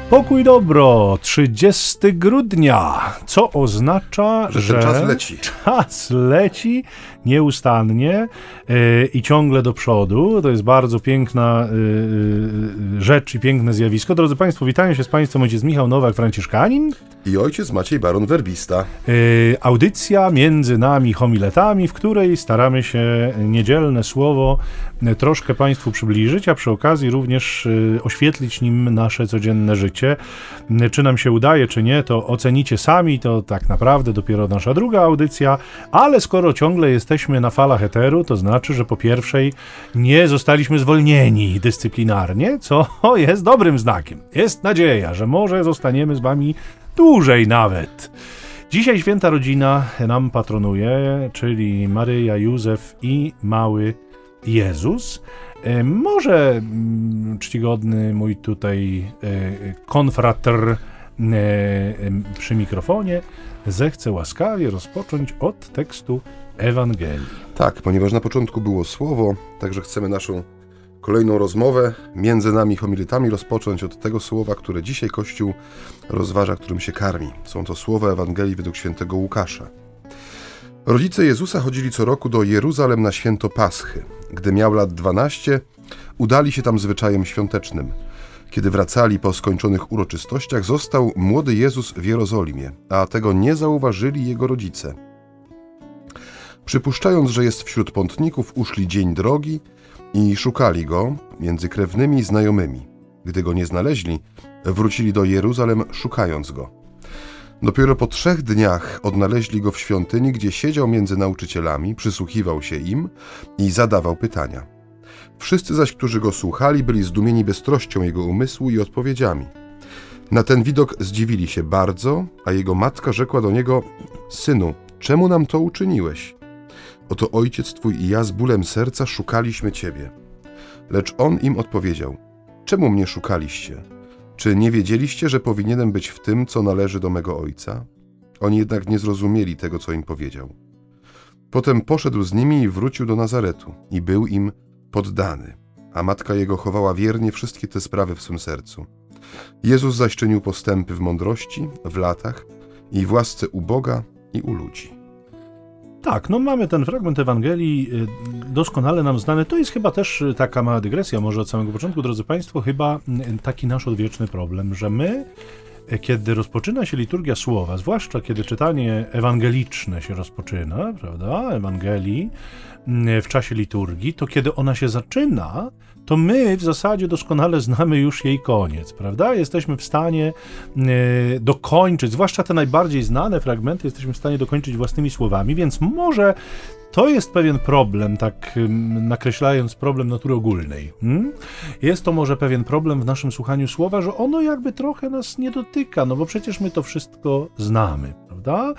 Pokój dobro, 30 grudnia, co oznacza, że czas leci nieustannie i ciągle do przodu. To jest bardzo piękna rzecz i piękne zjawisko. Drodzy Państwo, witają się z Państwem ojciec Michał Nowak, franciszkanin i ojciec Maciej Baron, werbista. Audycja między nami homiletami, w której staramy się niedzielne słowo troszkę Państwu przybliżyć, a przy okazji również oświetlić nim nasze codzienne życie. Czy nam się udaje, czy nie, to ocenicie sami, to tak naprawdę dopiero nasza druga audycja, ale skoro ciągle jesteśmy na falach eteru, to znaczy, że po pierwszej nie zostaliśmy zwolnieni dyscyplinarnie, co jest dobrym znakiem. Jest nadzieja, że może zostaniemy z Wami dłużej nawet. Dzisiaj święta rodzina nam patronuje, czyli Maryja, Józef i mały Jezus. Może czcigodny mój tutaj konfrater przy mikrofonie zechce łaskawie rozpocząć od tekstu Ewangelii. Tak, ponieważ na początku było słowo, także chcemy naszą kolejną rozmowę między nami homiletami rozpocząć od tego słowa, które dzisiaj Kościół rozważa, którym się karmi. Są to słowa Ewangelii według świętego Łukasza. Rodzice Jezusa chodzili co roku do Jeruzalem na święto Paschy. Gdy miał lat 12, udali się tam zwyczajem świątecznym. Kiedy wracali po skończonych uroczystościach, został młody Jezus w Jerozolimie, a tego nie zauważyli jego rodzice. Przypuszczając, że jest wśród pątników, uszli dzień drogi i szukali go między krewnymi i znajomymi. Gdy go nie znaleźli, wrócili do Jeruzalem, szukając go. Dopiero po 3 dniach odnaleźli go w świątyni, gdzie siedział między nauczycielami, przysłuchiwał się im i zadawał pytania. Wszyscy zaś, którzy go słuchali, byli zdumieni bystrością jego umysłu i odpowiedziami. Na ten widok zdziwili się bardzo, a jego matka rzekła do niego: Synu, czemu nam to uczyniłeś? Oto ojciec twój i ja z bólem serca szukaliśmy ciebie. Lecz on im odpowiedział: Czemu mnie szukaliście? Czy nie wiedzieliście, że powinienem być w tym, co należy do mego ojca? Oni jednak nie zrozumieli tego, co im powiedział. Potem poszedł z nimi i wrócił do Nazaretu i był im poddany, a matka jego chowała wiernie wszystkie te sprawy w swym sercu. Jezus zaś czynił postępy w mądrości, w latach i w łasce u Boga i u ludzi. Tak, no mamy ten fragment Ewangelii doskonale nam znany. To jest chyba też taka mała dygresja, może od samego początku, drodzy Państwo, chyba taki nasz odwieczny problem, że my, kiedy rozpoczyna się liturgia słowa, zwłaszcza kiedy czytanie ewangeliczne się rozpoczyna, prawda, Ewangelii w czasie liturgii, to kiedy ona się zaczyna, to my w zasadzie doskonale znamy już jej koniec, prawda? Jesteśmy w stanie dokończyć, zwłaszcza te najbardziej znane fragmenty, jesteśmy w stanie dokończyć własnymi słowami, więc może to jest pewien problem, tak nakreślając problem natury ogólnej. Jest to może pewien problem w naszym słuchaniu słowa, że ono jakby trochę nas nie dotyka, no bo przecież my to wszystko znamy, prawda?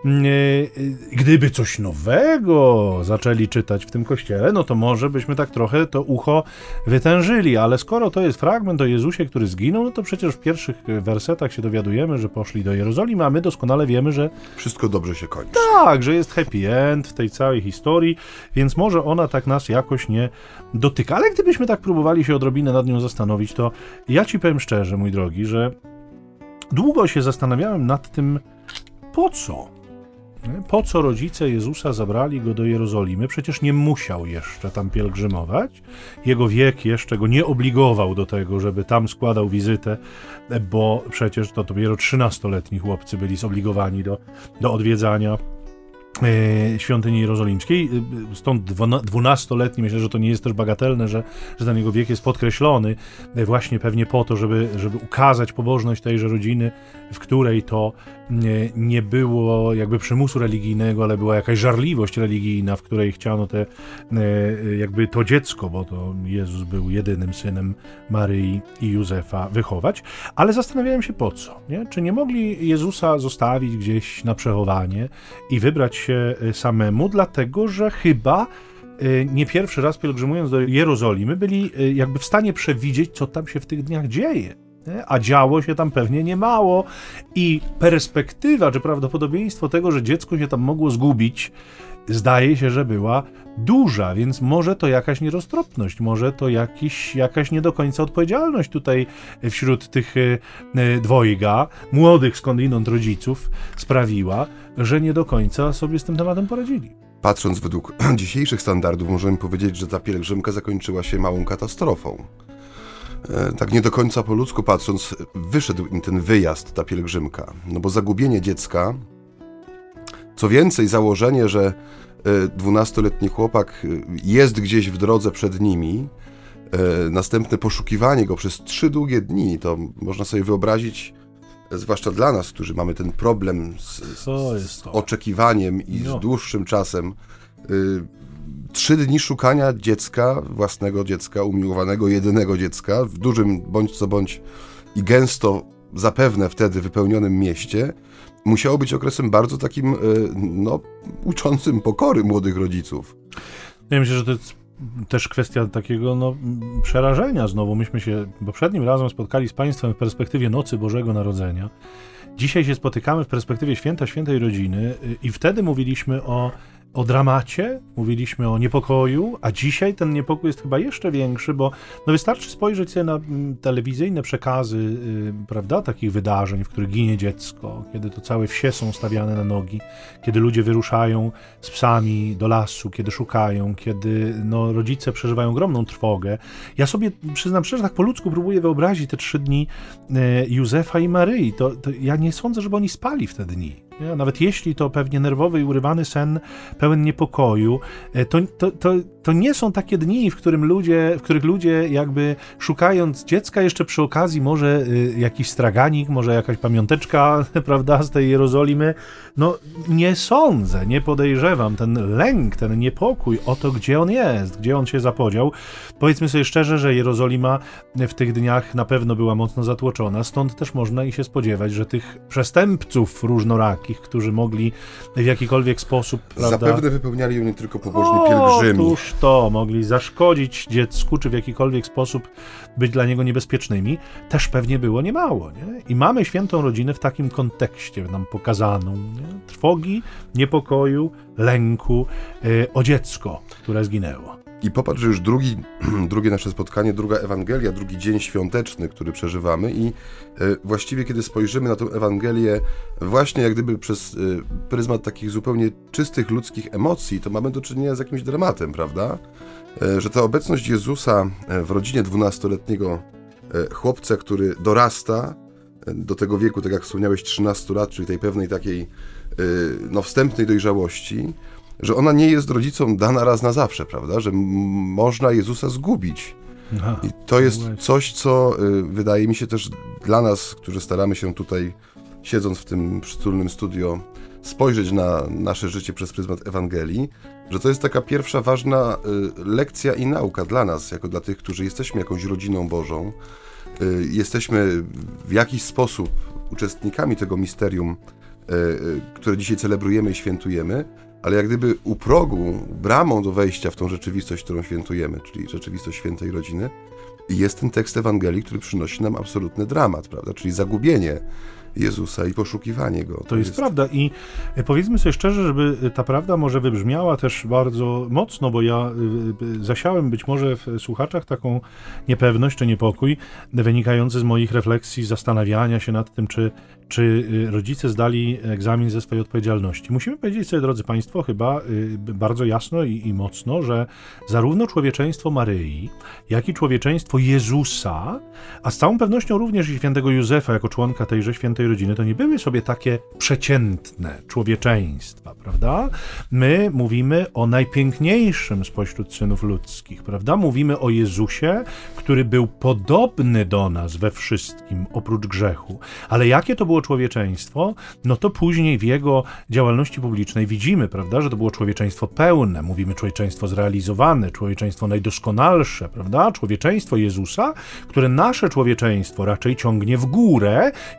Gdyby coś nowego zaczęli czytać w tym kościele, no to może byśmy tak trochę to ucho wytężyli, ale skoro to jest fragment o Jezusie, który zginął, no to przecież w pierwszych wersetach się dowiadujemy, że poszli do Jerozolimy, a my doskonale wiemy, że wszystko dobrze się kończy. Tak, że jest happy end w tej całej historii, więc może ona tak nas jakoś nie dotyka. Ale gdybyśmy tak próbowali się odrobinę nad nią zastanowić, to ja ci powiem szczerze, mój drogi, że długo się zastanawiałem nad tym, po co? Po co rodzice Jezusa zabrali go do Jerozolimy? Przecież nie musiał jeszcze tam pielgrzymować. Jego wiek jeszcze go nie obligował do tego, żeby tam składał wizytę, bo przecież to dopiero 13-letni chłopcy byli zobligowani do odwiedzania świątyni jerozolimskiej, stąd 12-letni, myślę, że to nie jest też bagatelne, że ten jego wiek jest podkreślony właśnie pewnie po to, żeby ukazać pobożność tejże rodziny, w której to nie było jakby przymusu religijnego, ale była jakaś żarliwość religijna, w której chciano jakby to dziecko, bo to Jezus był jedynym synem Maryi i Józefa, wychować. Ale zastanawiałem się po co, nie? Czy nie mogli Jezusa zostawić gdzieś na przechowanie i wybrać się samemu, dlatego że chyba nie pierwszy raz pielgrzymując do Jerozolimy byli jakby w stanie przewidzieć, co tam się w tych dniach dzieje. nie? A działo się tam pewnie niemało i perspektywa, czy prawdopodobieństwo tego, że dziecko się tam mogło zgubić, zdaje się, że była duża, więc może to jakaś nieroztropność, może to jakaś nie do końca odpowiedzialność tutaj wśród tych dwojga, młodych skądinąd rodziców sprawiła, że nie do końca sobie z tym tematem poradzili. Patrząc według dzisiejszych standardów, możemy powiedzieć, że ta pielgrzymka zakończyła się małą katastrofą. Tak nie do końca po ludzku patrząc, wyszedł im ten wyjazd, ta pielgrzymka. No bo zagubienie dziecka, co więcej, założenie, że 12-letni chłopak jest gdzieś w drodze przed nimi, następne poszukiwanie go przez 3 długie dni, to można sobie wyobrazić, zwłaszcza dla nas, którzy mamy ten problem z oczekiwaniem i z dłuższym czasem, 3 dni szukania dziecka, własnego dziecka, umiłowanego, jedynego dziecka, w dużym bądź co bądź i gęsto zapewne wtedy wypełnionym mieście, musiało być okresem bardzo takim, uczącym pokory młodych rodziców. Ja myślę, że to jest też kwestia takiego przerażenia znowu. Myśmy się poprzednim razem spotkali z Państwem w perspektywie Nocy Bożego Narodzenia. Dzisiaj się spotykamy w perspektywie Święta Świętej Rodziny i wtedy mówiliśmy o dramacie, mówiliśmy o niepokoju, a dzisiaj ten niepokój jest chyba jeszcze większy, bo wystarczy spojrzeć sobie na telewizyjne przekazy, prawda, takich wydarzeń, w których ginie dziecko, kiedy to całe wsie są stawiane na nogi, kiedy ludzie wyruszają z psami do lasu, kiedy szukają, kiedy rodzice przeżywają ogromną trwogę. Ja sobie, przyznam szczerze, tak po ludzku próbuję wyobrazić te 3 dni Józefa i Maryi. To ja nie sądzę, żeby oni spali w te dni. Nie? Nawet jeśli to pewnie nerwowy i urywany sen pełen niepokoju, to nie są takie dni, w których ludzie jakby szukając dziecka, jeszcze przy okazji może jakiś straganik, może jakaś pamiąteczka, prawda, z tej Jerozolimy. Nie sądzę, nie podejrzewam. Ten lęk, ten niepokój o to, gdzie on jest, gdzie on się zapodział. Powiedzmy sobie szczerze, że Jerozolima w tych dniach na pewno była mocno zatłoczona, stąd też można i się spodziewać, że tych przestępców różnorakich, którzy mogli w jakikolwiek sposób, prawda, zapewne wypełniali ją nie tylko pobożni pielgrzymi. Otóż to, mogli zaszkodzić dziecku, czy w jakikolwiek sposób być dla niego niebezpiecznymi, też pewnie było niemało, nie? I mamy Świętą Rodzinę w takim kontekście nam pokazaną, nie? Trwogi, niepokoju, lęku o dziecko, które zginęło. I popatrz, że już drugie nasze spotkanie, druga Ewangelia, drugi dzień świąteczny, który przeżywamy i właściwie kiedy spojrzymy na tę Ewangelię właśnie jak gdyby przez pryzmat takich zupełnie czystych ludzkich emocji, to mamy do czynienia z jakimś dramatem, prawda? Że ta obecność Jezusa w rodzinie 12-letniego chłopca, który dorasta do tego wieku, tak jak wspomniałeś, 13 lat, czyli tej pewnej takiej wstępnej dojrzałości, że ona nie jest rodzicom dana raz na zawsze, prawda? Że można Jezusa zgubić. I to jest coś, co wydaje mi się też dla nas, którzy staramy się tutaj, siedząc w tym wspólnym studio, spojrzeć na nasze życie przez pryzmat Ewangelii, że to jest taka pierwsza ważna lekcja i nauka dla nas, jako dla tych, którzy jesteśmy jakąś rodziną Bożą. Jesteśmy w jakiś sposób uczestnikami tego misterium, które dzisiaj celebrujemy i świętujemy, ale jak gdyby u progu, bramą do wejścia w tą rzeczywistość, którą świętujemy, czyli rzeczywistość świętej rodziny, jest ten tekst Ewangelii, który przynosi nam absolutny dramat, prawda? Czyli zagubienie Jezusa i poszukiwanie Go. To jest prawda i powiedzmy sobie szczerze, żeby ta prawda może wybrzmiała też bardzo mocno, bo ja zasiałem być może w słuchaczach taką niepewność czy niepokój wynikający z moich refleksji, zastanawiania się nad tym, czy rodzice zdali egzamin ze swojej odpowiedzialności. Musimy powiedzieć sobie, drodzy Państwo, chyba bardzo jasno i mocno, że zarówno człowieczeństwo Maryi, jak i człowieczeństwo Jezusa, a z całą pewnością również i świętego Józefa jako członka tejże świętej rodziny, to nie były sobie takie przeciętne człowieczeństwa, prawda? My mówimy o najpiękniejszym spośród synów ludzkich, prawda? Mówimy o Jezusie, który był podobny do nas we wszystkim, oprócz grzechu. Ale jakie to było człowieczeństwo? No to później w jego działalności publicznej widzimy, prawda, że to było człowieczeństwo pełne. Mówimy człowieczeństwo zrealizowane, człowieczeństwo najdoskonalsze, prawda? Człowieczeństwo Jezusa, które nasze człowieczeństwo raczej ciągnie w górę, niż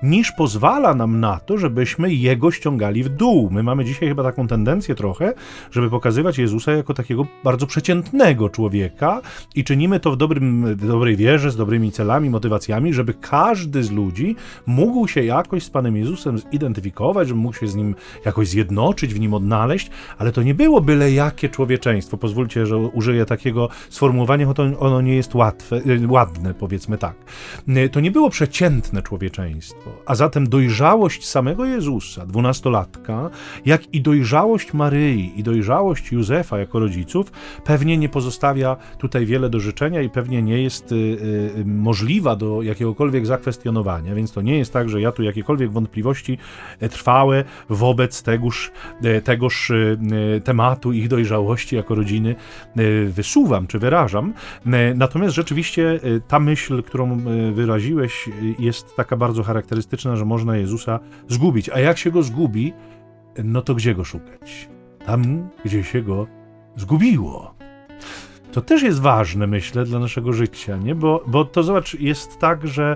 pozwala nam na to, żebyśmy Jego ściągali w dół. My mamy dzisiaj chyba taką tendencję trochę, żeby pokazywać Jezusa jako takiego bardzo przeciętnego człowieka i czynimy to w dobrej wierze, z dobrymi celami, motywacjami, żeby każdy z ludzi mógł się jakoś z Panem Jezusem zidentyfikować, żeby mógł się z Nim jakoś zjednoczyć, w Nim odnaleźć, ale to nie było byle jakie człowieczeństwo. Pozwólcie, że użyję takiego sformułowania, bo ono nie jest ładne, powiedzmy tak. To nie było przeciętne człowieczeństwo, a zatem dojrzałość samego Jezusa, 12-latka, jak i dojrzałość Maryi i dojrzałość Józefa jako rodziców pewnie nie pozostawia tutaj wiele do życzenia i pewnie nie jest możliwa do jakiegokolwiek zakwestionowania, więc to nie jest tak, że ja tu jakiekolwiek wątpliwości trwałe wobec tegoż tematu ich dojrzałości jako rodziny wysuwam czy wyrażam. Natomiast rzeczywiście ta myśl, którą wyraziłeś, jest taka bardzo charakterystyczna, że można Jezusa zgubić. A jak się Go zgubi, no to gdzie Go szukać? Tam, gdzie się Go zgubiło. To też jest ważne, myślę, dla naszego życia, nie? Bo to, zobacz, jest tak, że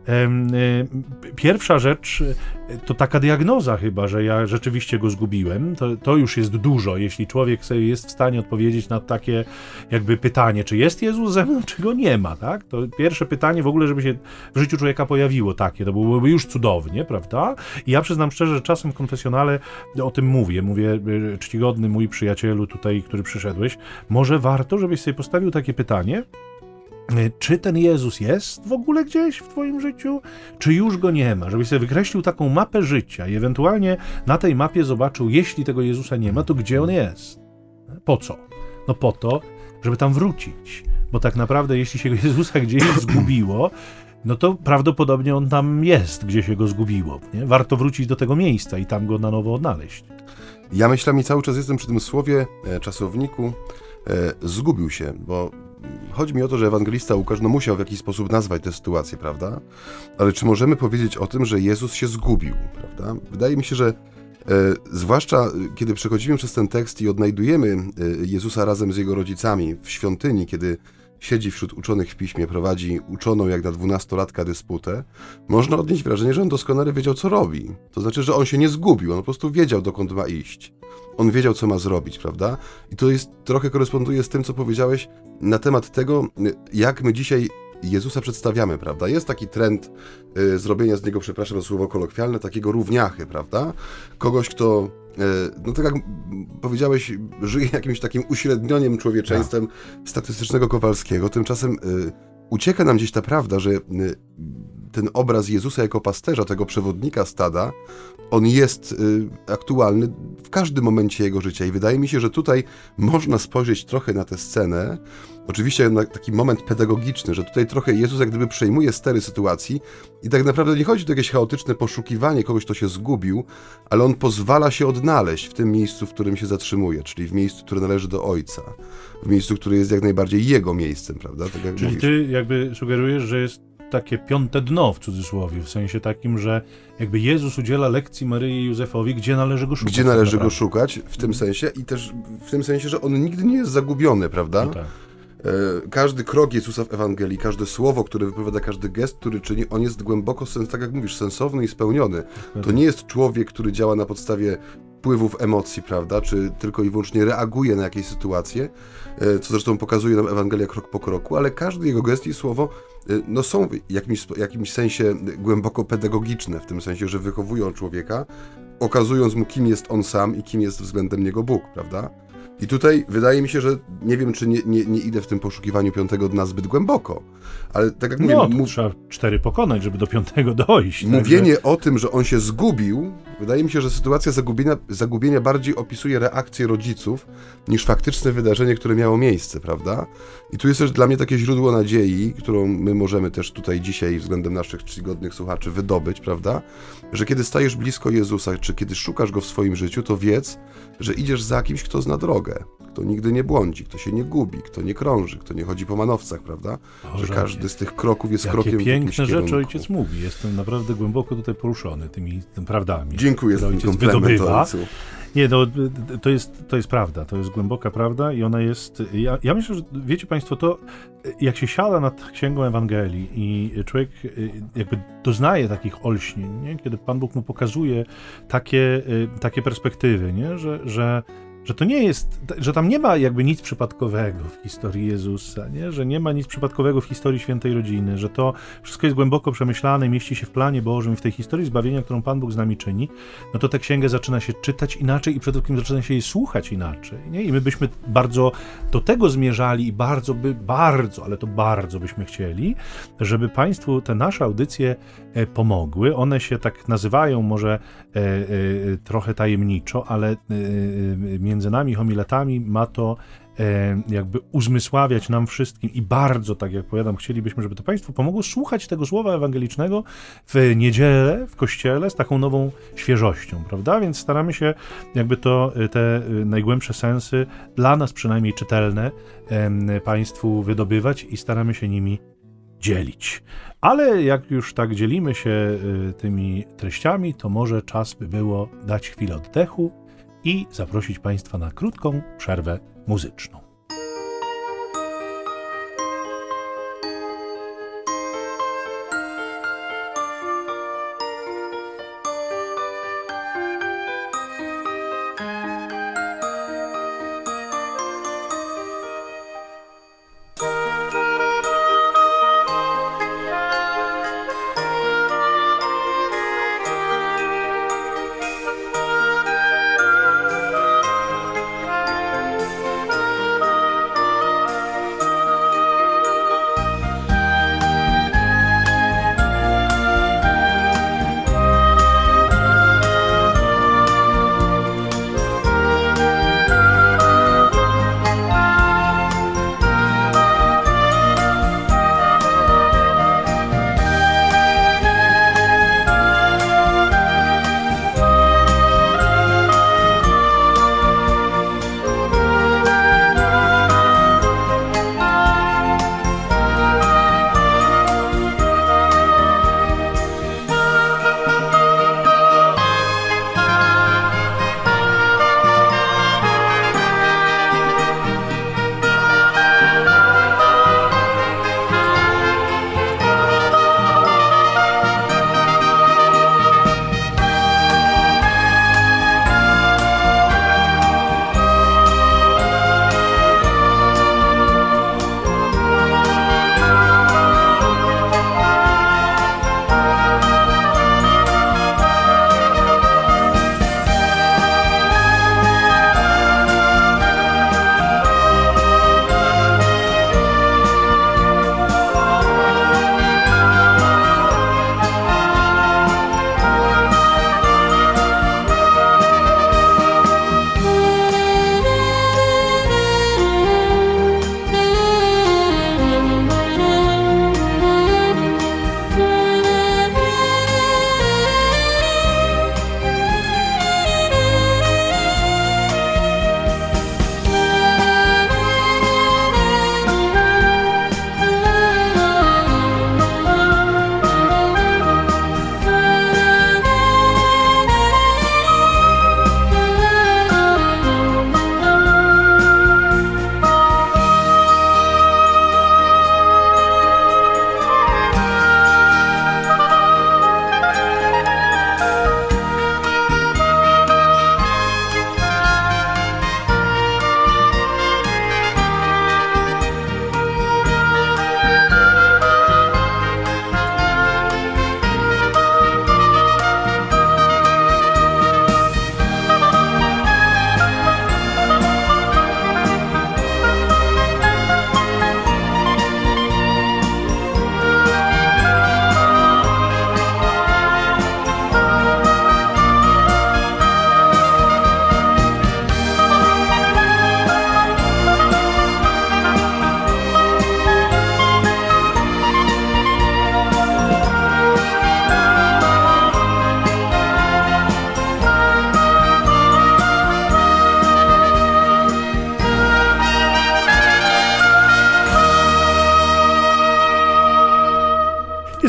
pierwsza rzecz to taka diagnoza chyba, że ja rzeczywiście Go zgubiłem. To już jest dużo, jeśli człowiek sobie jest w stanie odpowiedzieć na takie jakby pytanie, czy jest Jezus ze mną, czy Go nie ma, tak? To pierwsze pytanie w ogóle, żeby się w życiu człowieka pojawiło takie, to byłoby już cudownie, prawda? I ja przyznam szczerze, że czasem w konfesjonale o tym mówię, czcigodny mój przyjacielu tutaj, który przyszedłeś, może warto, żebyś sobie postawił takie pytanie, czy ten Jezus jest w ogóle gdzieś w twoim życiu, czy już Go nie ma, żebyś sobie wykreślił taką mapę życia i ewentualnie na tej mapie zobaczył, jeśli tego Jezusa nie ma, to gdzie On jest? Po co? No po to, żeby tam wrócić, bo tak naprawdę jeśli się Jezusa gdzieś zgubiło, no to prawdopodobnie On tam jest, gdzie się Go zgubiło. Nie? Warto wrócić do tego miejsca i tam Go na nowo odnaleźć. Ja myślami cały czas jestem przy tym słowie, czasowniku, zgubił się, bo chodzi mi o to, że ewangelista Łukasz musiał w jakiś sposób nazwać tę sytuację, prawda? Ale czy możemy powiedzieć o tym, że Jezus się zgubił, prawda? Wydaje mi się, że zwłaszcza kiedy przechodzimy przez ten tekst i odnajdujemy Jezusa razem z Jego rodzicami w świątyni, kiedy siedzi wśród uczonych w piśmie, prowadzi uczoną jak na 12-latka dysputę, można odnieść wrażenie, że on doskonale wiedział, co robi. To znaczy, że on się nie zgubił, on po prostu wiedział, dokąd ma iść. On wiedział, co ma zrobić, prawda? I to jest trochę koresponduje z tym, co powiedziałeś na temat tego, jak my dzisiaj Jezusa przedstawiamy, prawda? Jest taki trend zrobienia z niego, przepraszam za słowo kolokwialne, takiego równiachy, prawda? Kogoś, kto, no tak jak powiedziałeś, żyje jakimś takim uśrednioniem człowieczeństwem statystycznego Kowalskiego. Tymczasem ucieka nam gdzieś ta prawda, że ten obraz Jezusa jako pasterza, tego przewodnika stada, on jest aktualny w każdym momencie jego życia i wydaje mi się, że tutaj można spojrzeć trochę na tę scenę, oczywiście na taki moment pedagogiczny, że tutaj trochę Jezus jak gdyby przejmuje stery sytuacji i tak naprawdę nie chodzi o jakieś chaotyczne poszukiwanie kogoś, kto się zgubił, ale on pozwala się odnaleźć w tym miejscu, w którym się zatrzymuje, czyli w miejscu, które należy do Ojca, w miejscu, które jest jak najbardziej Jego miejscem, prawda? Tak jak czyli mówisz. ty jakby sugerujesz, że jest takie piąte dno w cudzysłowie, w sensie takim, że jakby Jezus udziela lekcji Maryi i Józefowi, gdzie należy Go szukać. Gdzie należy Go szukać, w tym sensie i też w tym sensie, że On nigdy nie jest zagubiony, prawda? No tak. Każdy krok Jezusa w Ewangelii, każde słowo, które wypowiada, każdy gest, który czyni, on jest głęboko, tak jak mówisz, sensowny i spełniony. To nie jest człowiek, który działa na podstawie wpływów emocji, prawda, czy tylko i wyłącznie reaguje na jakieś sytuacje, co zresztą pokazuje nam Ewangelia krok po kroku, ale każdy jego gest i słowo no są w jakimś sensie głęboko pedagogiczne, w tym sensie, że wychowują człowieka, okazując mu, kim jest on sam i kim jest względem niego Bóg, prawda? I tutaj wydaje mi się, że nie wiem, czy nie idę w tym poszukiwaniu piątego dna zbyt głęboko, ale tak jak mówię... trzeba 4 pokonać, żeby do 5 dojść. Mówienie o tym, że on się zgubił, wydaje mi się, że sytuacja zagubienia bardziej opisuje reakcję rodziców, niż faktyczne wydarzenie, które miało miejsce, prawda? I tu jest też dla mnie takie źródło nadziei, którą my możemy też tutaj dzisiaj względem naszych czcigodnych słuchaczy wydobyć, prawda? Że kiedy stajesz blisko Jezusa, czy kiedy szukasz Go w swoim życiu, to wiedz, że idziesz za kimś, kto zna drogę, kto nigdy nie błądzi, kto się nie gubi, kto nie krąży, kto nie chodzi po manowcach, prawda? Że każdy z tych kroków jest krokiem w jakimś kierunku. Jakie piękne rzeczy ojciec mówi. Jestem naprawdę głęboko tutaj poruszony tymi prawdami. Dziękuję za ten komplement, ojcu. Nie, no, to jest prawda, to jest głęboka prawda i ona jest... Ja myślę, że wiecie państwo, to jak się siada nad Księgą Ewangelii i człowiek jakby doznaje takich olśnień, nie? Kiedy Pan Bóg mu pokazuje takie perspektywy, nie? Że to nie jest, że tam nie ma jakby nic przypadkowego w historii Jezusa, nie? Że nie ma nic przypadkowego w historii Świętej Rodziny, że to wszystko jest głęboko przemyślane, mieści się w planie Bożym i w tej historii zbawienia, którą Pan Bóg z nami czyni, no to tę księgę zaczyna się czytać inaczej i przede wszystkim zaczyna się jej słuchać inaczej, nie? I my byśmy bardzo do tego zmierzali i ale to bardzo byśmy chcieli, żeby Państwu te nasze audycje pomogły. One się tak nazywają może trochę tajemniczo, ale między nami homiletami ma to jakby uzmysławiać nam wszystkim i bardzo, tak jak powiadam, chcielibyśmy, żeby to Państwu pomogło słuchać tego słowa ewangelicznego w niedzielę w kościele z taką nową świeżością, prawda? Więc staramy się jakby te najgłębsze sensy, dla nas przynajmniej czytelne, Państwu wydobywać i staramy się nimi dzielić. Ale jak już tak dzielimy się tymi treściami, to może czas by było dać chwilę oddechu i zaprosić Państwa na krótką przerwę muzyczną.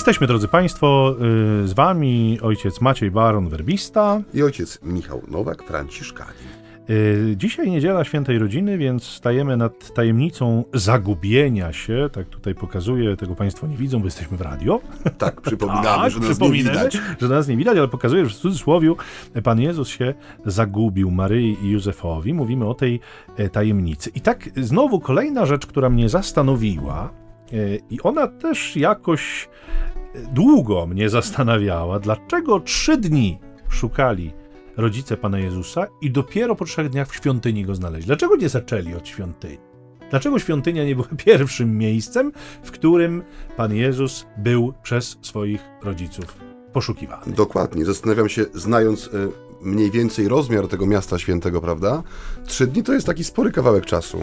Jesteśmy, drodzy Państwo, z Wami ojciec Maciej Baron-Werbista i ojciec Michał Nowak, franciszkanin. Dzisiaj niedziela Świętej Rodziny, więc stajemy nad tajemnicą zagubienia się. Tak tutaj pokazuję, tego Państwo nie widzą, bo jesteśmy w radio. Tak, przypominamy, że nas nie widać. Że nas nie widać, ale pokazuję, że w cudzysłowiu Pan Jezus się zagubił Maryi i Józefowi. Mówimy o tej tajemnicy. I tak znowu kolejna rzecz, która mnie zastanowiła, i ona też jakoś długo mnie zastanawiała, dlaczego 3 dni szukali rodzice Pana Jezusa i dopiero po 3 dniach w świątyni go znaleźli. Dlaczego nie zaczęli od świątyni? Dlaczego świątynia nie była pierwszym miejscem, w którym Pan Jezus był przez swoich rodziców poszukiwany? Dokładnie. Zastanawiam się, znając mniej więcej rozmiar tego miasta świętego, prawda? 3 dni to jest taki spory kawałek czasu.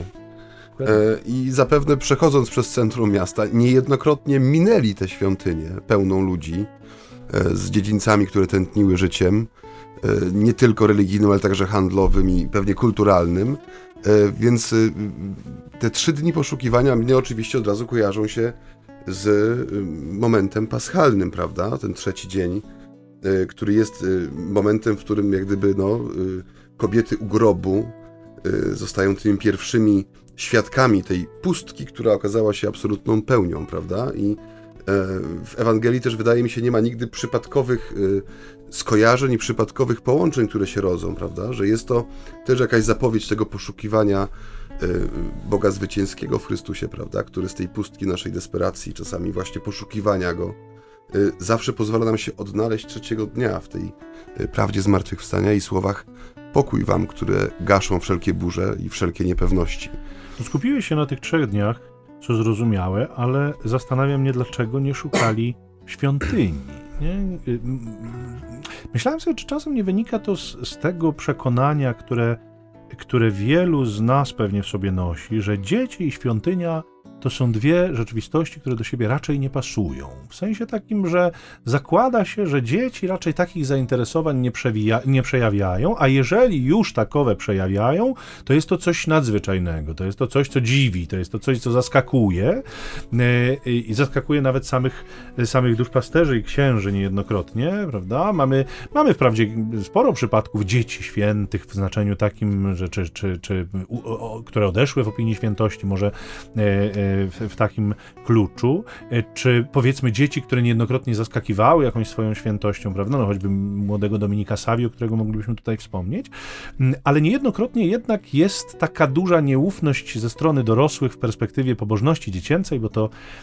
I zapewne przechodząc przez centrum miasta, niejednokrotnie minęli tę świątynię pełną ludzi z dziedzińcami, które tętniły życiem, nie tylko religijnym, ale także handlowym i pewnie kulturalnym. Więc te 3 dni poszukiwania mnie oczywiście od razu kojarzą się z momentem paschalnym, prawda? Ten 3. dzień, który jest momentem, w którym jak gdyby kobiety u grobu zostają tymi pierwszymi świadkami tej pustki, która okazała się absolutną pełnią, prawda? I w Ewangelii też, wydaje mi się, nie ma nigdy przypadkowych skojarzeń i przypadkowych połączeń, które się rodzą, prawda? Że jest to też jakaś zapowiedź tego poszukiwania Boga zwycięskiego w Chrystusie, prawda? Który z tej pustki naszej desperacji, czasami właśnie poszukiwania Go, zawsze pozwala nam się odnaleźć 3. dnia w tej prawdzie zmartwychwstania i słowach pokój wam, które gaszą wszelkie burze i wszelkie niepewności. Skupiłeś się na tych 3 dniach, co zrozumiałe, ale zastanawia mnie, dlaczego nie szukali świątyni. Nie? Myślałem sobie, czy czasem nie wynika to z tego przekonania, które wielu z nas pewnie w sobie nosi, że dzieci i świątynia to są 2 rzeczywistości, które do siebie raczej nie pasują. W sensie takim, że zakłada się, że dzieci raczej takich zainteresowań nie przejawiają, a jeżeli już takowe przejawiają, to jest to coś nadzwyczajnego, to jest to coś, co dziwi, to jest to coś, co zaskakuje i zaskakuje nawet samych duszpasterzy i księży niejednokrotnie, prawda? Mamy wprawdzie sporo przypadków dzieci świętych w znaczeniu takim, że które odeszły w opinii świętości, może w takim kluczu, czy powiedzmy dzieci, które niejednokrotnie zaskakiwały jakąś swoją świętością, prawda, choćby młodego Dominika Savio, którego moglibyśmy tutaj wspomnieć, ale niejednokrotnie jednak jest taka duża nieufność ze strony dorosłych w perspektywie pobożności dziecięcej, bo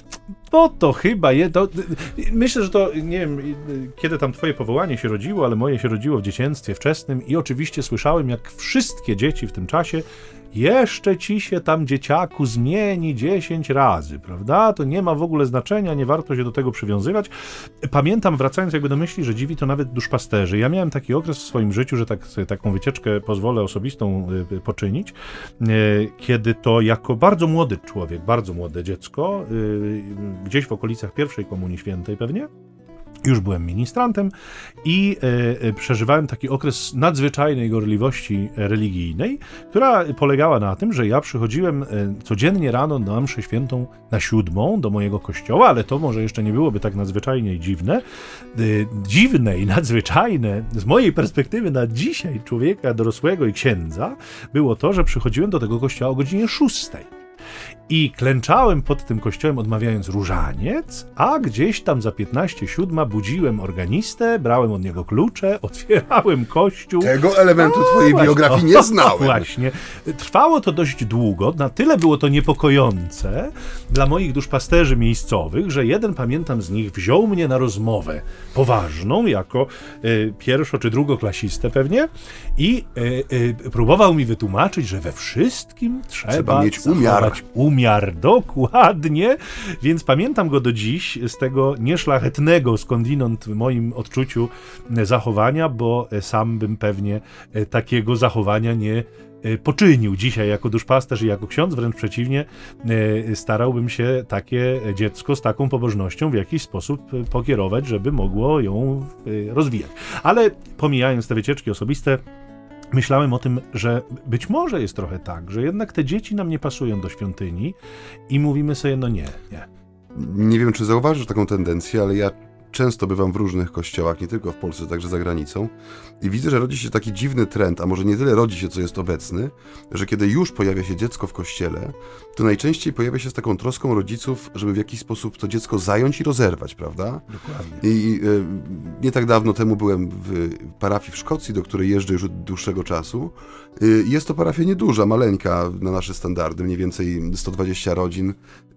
to chyba myślę, że to, nie wiem, kiedy tam twoje powołanie się rodziło, ale moje się rodziło w dzieciństwie wczesnym i oczywiście słyszałem, jak wszystkie dzieci w tym czasie: jeszcze ci się tam, dzieciaku, zmieni 10 razy, prawda? To nie ma w ogóle znaczenia, nie warto się do tego przywiązywać. Pamiętam, wracając jakby do myśli, że dziwi to nawet duszpasterzy. Ja miałem taki okres w swoim życiu, że taką wycieczkę pozwolę osobistą poczynić, kiedy to jako bardzo młody człowiek, bardzo młode dziecko, gdzieś w okolicach pierwszej Komunii Świętej pewnie, już byłem ministrantem i przeżywałem taki okres nadzwyczajnej gorliwości religijnej, która polegała na tym, że ja przychodziłem codziennie rano na mszę świętą na 7 do mojego kościoła, ale to może jeszcze nie byłoby tak nadzwyczajnie dziwne. Dziwne i nadzwyczajne z mojej perspektywy na dzisiaj człowieka dorosłego i księdza było to, że przychodziłem do tego kościoła o godzinie 6. I klęczałem pod tym kościołem, odmawiając różaniec, a gdzieś tam za 15:07 budziłem organistę, brałem od niego klucze, otwierałem kościół. Tego elementu twojej biografii nie znałem. Właśnie. Trwało to dość długo, na tyle było to niepokojące dla moich duszpasterzy miejscowych, że jeden, pamiętam z nich, wziął mnie na rozmowę poważną, jako pierwszo- czy drugoklasistę pewnie, i próbował mi wytłumaczyć, że we wszystkim trzeba mieć umiar, dokładnie, więc pamiętam go do dziś z tego nieszlachetnego skądinąd w moim odczuciu zachowania, bo sam bym pewnie takiego zachowania nie poczynił dzisiaj jako duszpasterz i jako ksiądz, wręcz przeciwnie, starałbym się takie dziecko z taką pobożnością w jakiś sposób pokierować, żeby mogło ją rozwijać. Ale pomijając te wycieczki osobiste, myślałem o tym, że być może jest trochę tak, że jednak te dzieci nam nie pasują do świątyni i mówimy sobie, no nie. nie wiem, czy zauważysz taką tendencję, ale ja często bywam w różnych kościołach, nie tylko w Polsce, także za granicą i widzę, że rodzi się taki dziwny trend, a może nie tyle rodzi się, co jest obecny, że kiedy już pojawia się dziecko w kościele, to najczęściej pojawia się z taką troską rodziców, żeby w jakiś sposób to dziecko zająć i rozerwać, prawda? Dokładnie. I nie tak dawno temu byłem w parafii w Szkocji, do której jeżdżę już od dłuższego czasu. Jest to parafia nieduża, maleńka na nasze standardy, mniej więcej 120 rodzin,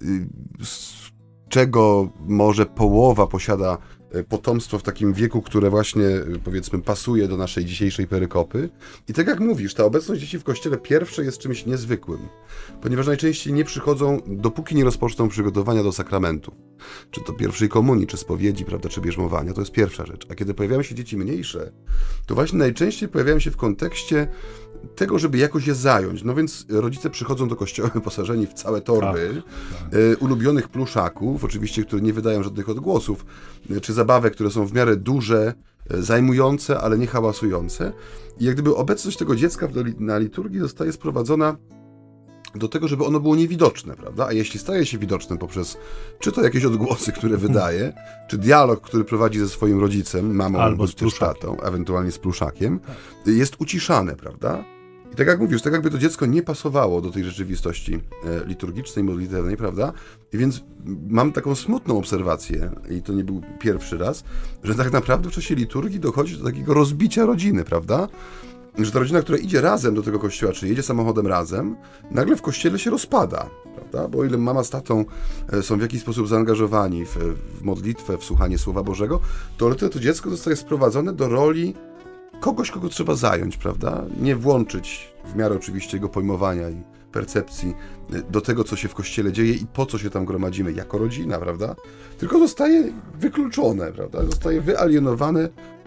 z czego może połowa posiada potomstwo w takim wieku, które właśnie, powiedzmy, pasuje do naszej dzisiejszej perykopy. I tak jak mówisz, ta obecność dzieci w kościele pierwsze jest czymś niezwykłym, ponieważ najczęściej nie przychodzą, dopóki nie rozpoczną przygotowania do sakramentów. Czy to pierwszej komunii, czy spowiedzi, prawda, czy bierzmowania, to jest pierwsza rzecz. A kiedy pojawiają się dzieci mniejsze, to właśnie najczęściej pojawiają się w kontekście tego, żeby jakoś je zająć. No więc rodzice przychodzą do kościoła wyposażeni w całe torby ulubionych pluszaków, oczywiście, które nie wydają żadnych odgłosów, czy zabawek, które są w miarę duże, zajmujące, ale nie hałasujące. I jak gdyby obecność tego dziecka na liturgii zostaje sprowadzona do tego, żeby ono było niewidoczne, prawda? A jeśli staje się widoczne poprzez czy to jakieś odgłosy, które wydaje, czy dialog, który prowadzi ze swoim rodzicem, mamą albo z tatą, ewentualnie z pluszakiem, jest uciszane, prawda? I tak jak mówisz, tak jakby to dziecko nie pasowało do tej rzeczywistości liturgicznej, modlitewnej, prawda? I więc mam taką smutną obserwację, i to nie był pierwszy raz, że tak naprawdę w czasie liturgii dochodzi do takiego rozbicia rodziny, prawda? Że ta rodzina, która idzie razem do tego kościoła, czy jedzie samochodem razem, nagle w kościele się rozpada, prawda? Bo o ile mama z tatą są w jakiś sposób zaangażowani w modlitwę, w słuchanie Słowa Bożego, to dziecko zostaje sprowadzone do roli kogoś, kogo trzeba zająć, prawda? Nie włączyć w miarę oczywiście jego pojmowania i percepcji do tego, co się w kościele dzieje i po co się tam gromadzimy jako rodzina, prawda? Tylko zostaje wykluczone, prawda? Zostaje wyalienowane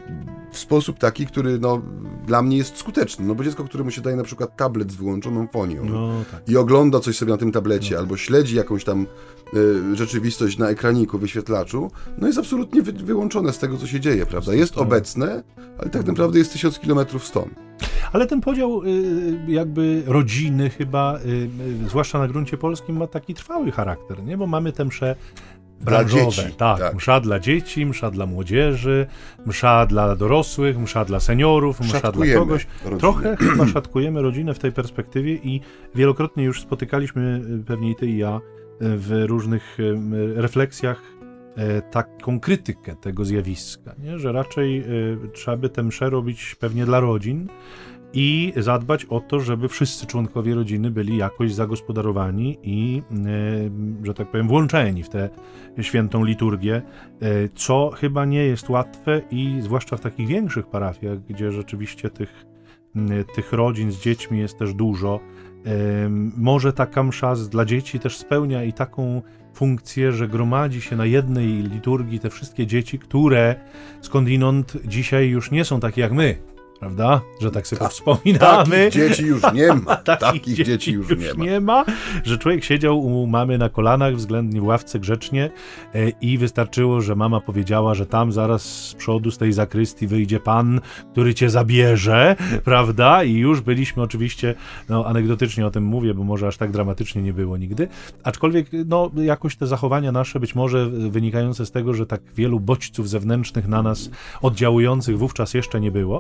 w sposób taki, który dla mnie jest skuteczny. No bo dziecko, któremu się daje na przykład tablet z wyłączoną fonią i ogląda coś sobie na tym tablecie albo śledzi jakąś tam rzeczywistość na ekraniku, wyświetlaczu, jest absolutnie wyłączone z tego, co się dzieje, prawda? Jest obecne, ale tak naprawdę jest 1000 kilometrów stąd. Ale ten podział jakby rodziny chyba, zwłaszcza na gruncie polskim, ma taki trwały charakter, nie? Bo mamy te msze branżowe. Dla dzieci, tak. Msza dla dzieci, msza dla młodzieży, msza dla dorosłych, msza dla seniorów, msza dla kogoś. Rodzinę. Trochę chyba szatkujemy rodzinę w tej perspektywie i wielokrotnie już spotykaliśmy, pewnie i ty i ja, w różnych refleksjach taką krytykę tego zjawiska, nie? Że raczej trzeba by tę mszę robić pewnie dla rodzin i zadbać o to, żeby wszyscy członkowie rodziny byli jakoś zagospodarowani i, że tak powiem, włączeni w tę świętą liturgię, co chyba nie jest łatwe i zwłaszcza w takich większych parafiach, gdzie rzeczywiście tych rodzin z dziećmi jest też dużo. Może taka msza dla dzieci też spełnia i taką funkcję, że gromadzi się na jednej liturgii te wszystkie dzieci, które skądinąd dzisiaj już nie są takie jak my, prawda? Że tak sobie wspominamy. Takich dzieci już nie ma. Takich dzieci już nie ma. Że człowiek siedział u mamy na kolanach, względnie w ławce grzecznie i wystarczyło, że mama powiedziała, że tam zaraz z przodu z tej zakrystii wyjdzie pan, który cię zabierze, prawda? I już byliśmy oczywiście, anegdotycznie o tym mówię, bo może aż tak dramatycznie nie było nigdy, aczkolwiek jakoś te zachowania nasze, być może wynikające z tego, że tak wielu bodźców zewnętrznych na nas oddziałujących wówczas jeszcze nie było,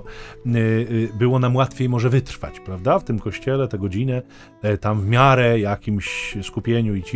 było nam łatwiej może wytrwać, prawda? W tym kościele tę godzinę, tam w miarę jakimś skupieniu i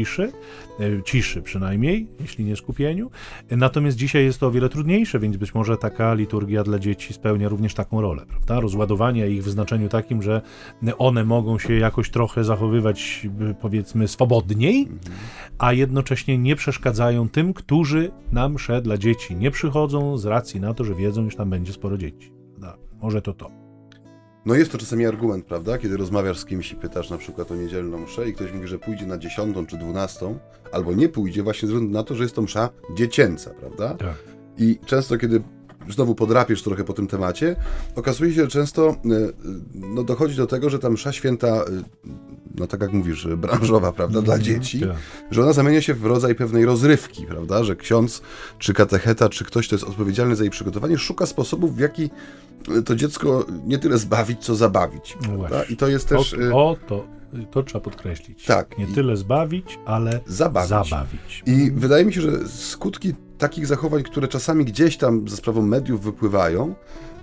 ciszy przynajmniej, jeśli nie skupieniu. Natomiast dzisiaj jest to o wiele trudniejsze, więc być może taka liturgia dla dzieci spełnia również taką rolę, prawda? Rozładowania ich w znaczeniu takim, że one mogą się jakoś trochę zachowywać, powiedzmy, swobodniej, a jednocześnie nie przeszkadzają tym, którzy na mszę dla dzieci nie przychodzą z racji na to, że wiedzą, że tam będzie sporo dzieci. Może to. Jest to czasami argument, prawda? Kiedy rozmawiasz z kimś i pytasz na przykład o niedzielną mszę i ktoś mówi, że pójdzie na 10 czy 12, albo nie pójdzie właśnie ze względu na to, że jest to msza dziecięca, prawda? Tak. I często, kiedy znowu podrapiesz trochę po tym temacie, okazuje się, że często dochodzi do tego, że ta msza święta, tak jak mówisz, branżowa, prawda, dla dzieci, że ona zamienia się w rodzaj pewnej rozrywki, prawda, że ksiądz, czy katecheta, czy ktoś, kto jest odpowiedzialny za jej przygotowanie, szuka sposobów, w jaki to dziecko nie tyle zbawić, co zabawić, prawda? I to jest też... To trzeba podkreślić. Tak. Nie tyle zbawić, ale zabawić. I wydaje mi się, że skutki takich zachowań, które czasami gdzieś tam za sprawą mediów wypływają,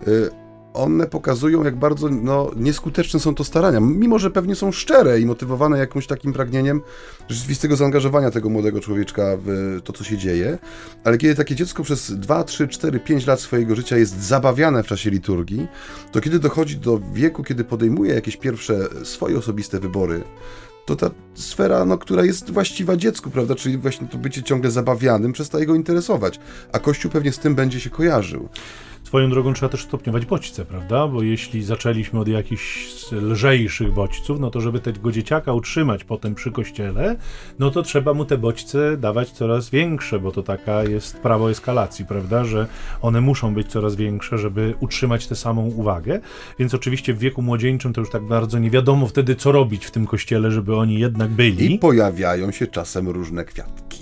one pokazują, jak bardzo nieskuteczne są to starania, mimo że pewnie są szczere i motywowane jakimś takim pragnieniem rzeczywistego zaangażowania tego młodego człowieczka w to, co się dzieje, ale kiedy takie dziecko przez 2, 3, 4, 5 lat swojego życia jest zabawiane w czasie liturgii, to kiedy dochodzi do wieku, kiedy podejmuje jakieś pierwsze swoje osobiste wybory, to ta sfera, która jest właściwa dziecku, prawda, czyli właśnie to bycie ciągle zabawianym, przestaje go interesować, a Kościół pewnie z tym będzie się kojarzył. Swoją drogą trzeba też stopniować bodźce, prawda? Bo jeśli zaczęliśmy od jakichś lżejszych bodźców, no to żeby tego dzieciaka utrzymać potem przy kościele, no to trzeba mu te bodźce dawać coraz większe, bo to taka jest prawo eskalacji, prawda? Że one muszą być coraz większe, żeby utrzymać tę samą uwagę. Więc oczywiście w wieku młodzieńczym to już tak bardzo nie wiadomo wtedy, co robić w tym kościele, żeby oni jednak byli. I pojawiają się czasem różne kwiatki.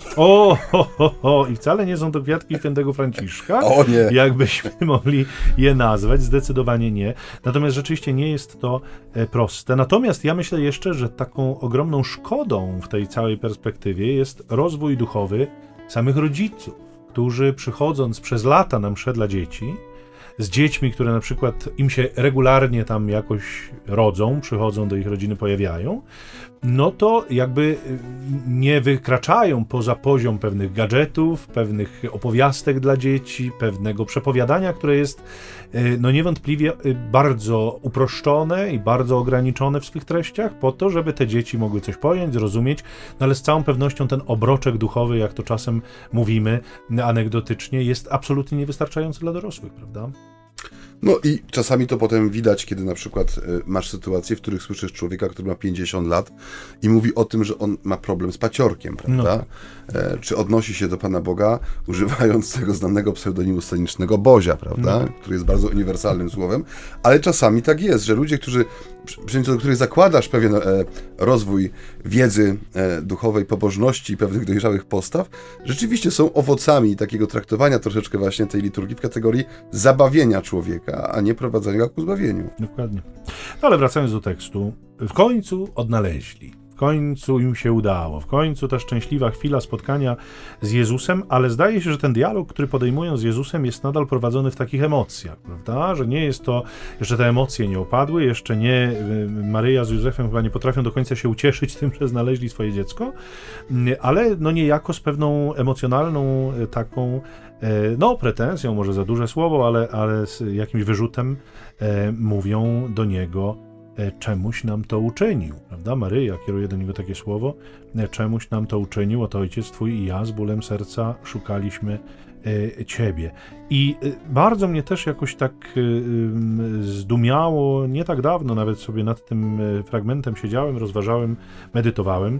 I wcale nie są to kwiatki świętego Franciszka. O nie! Jakbyśmy mogli je nazwać, zdecydowanie nie. Natomiast rzeczywiście nie jest to proste. Natomiast ja myślę jeszcze, że taką ogromną szkodą w tej całej perspektywie jest rozwój duchowy samych rodziców, którzy przychodząc przez lata na msze dla dzieci, z dziećmi, które na przykład im się regularnie tam jakoś rodzą, przychodzą do ich rodziny, pojawiają, no to jakby nie wykraczają poza poziom pewnych gadżetów, pewnych opowiastek dla dzieci, pewnego przepowiadania, które jest niewątpliwie bardzo uproszczone i bardzo ograniczone w swych treściach, po to, żeby te dzieci mogły coś pojąć, zrozumieć, no ale z całą pewnością ten obroczek duchowy, jak to czasem mówimy anegdotycznie, jest absolutnie niewystarczający dla dorosłych, prawda? No i czasami to potem widać, kiedy na przykład masz sytuacje, w których słyszysz człowieka, który ma 50 lat i mówi o tym, że on ma problem z paciorkiem, prawda? Czy odnosi się do Pana Boga, używając tego znanego pseudonimu scenicznego Bozia, prawda? Który jest bardzo uniwersalnym słowem, ale czasami tak jest, że ludzie, do których zakładasz pewien rozwój wiedzy duchowej, pobożności i pewnych dojrzałych postaw, rzeczywiście są owocami takiego traktowania troszeczkę właśnie tej liturgii w kategorii zabawienia człowieka, a nie prowadzenia ku zbawieniu. Dokładnie. No ale wracając do tekstu, w końcu odnaleźli. W końcu im się udało. W końcu ta szczęśliwa chwila spotkania z Jezusem, ale zdaje się, że ten dialog, który podejmują z Jezusem, jest nadal prowadzony w takich emocjach, prawda? Że nie jest to, jeszcze te emocje nie opadły, jeszcze nie, Maryja z Józefem chyba nie potrafią do końca się ucieszyć tym, że znaleźli swoje dziecko, ale niejako z pewną emocjonalną taką, pretensją, może za duże słowo, ale z jakimś wyrzutem mówią do niego: czemuś nam to uczynił, prawda? Maryja kieruje do niego takie słowo: czemuś nam to uczynił, oto ojciec twój i ja z bólem serca szukaliśmy Ciebie. I bardzo mnie też jakoś tak zdumiało, nie tak dawno nawet sobie nad tym fragmentem siedziałem, rozważałem, medytowałem,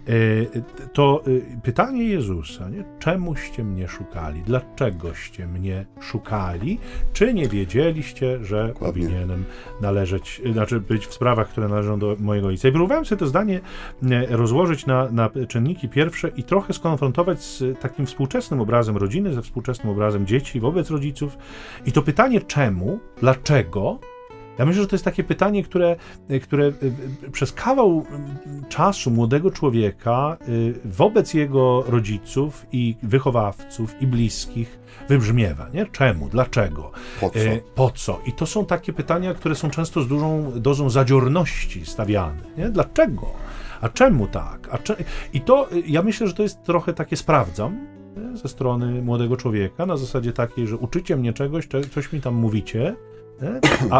to pytanie Jezusa, nie? Czemuście mnie szukali? Dlaczegoście mnie szukali? Czy nie wiedzieliście, że powinienem być w sprawach, które należą do mojego ojca? I próbowałem sobie to zdanie rozłożyć na czynniki pierwsze i trochę skonfrontować z takim współczesnym obrazem rodziny, ze współczesnym obrazem dzieci wobec rodziców. I to pytanie czemu, dlaczego, ja myślę, że to jest takie pytanie, które przez kawał czasu młodego człowieka wobec jego rodziców i wychowawców i bliskich wybrzmiewa, nie? Czemu? Dlaczego? Po co? Po co? I to są takie pytania, które są często z dużą dozą zadziorności stawiane, nie? Dlaczego? A czemu tak? I to, ja myślę, że to jest trochę takie sprawdzam ze strony młodego człowieka, na zasadzie takiej, że uczycie mnie czegoś, coś mi tam mówicie, a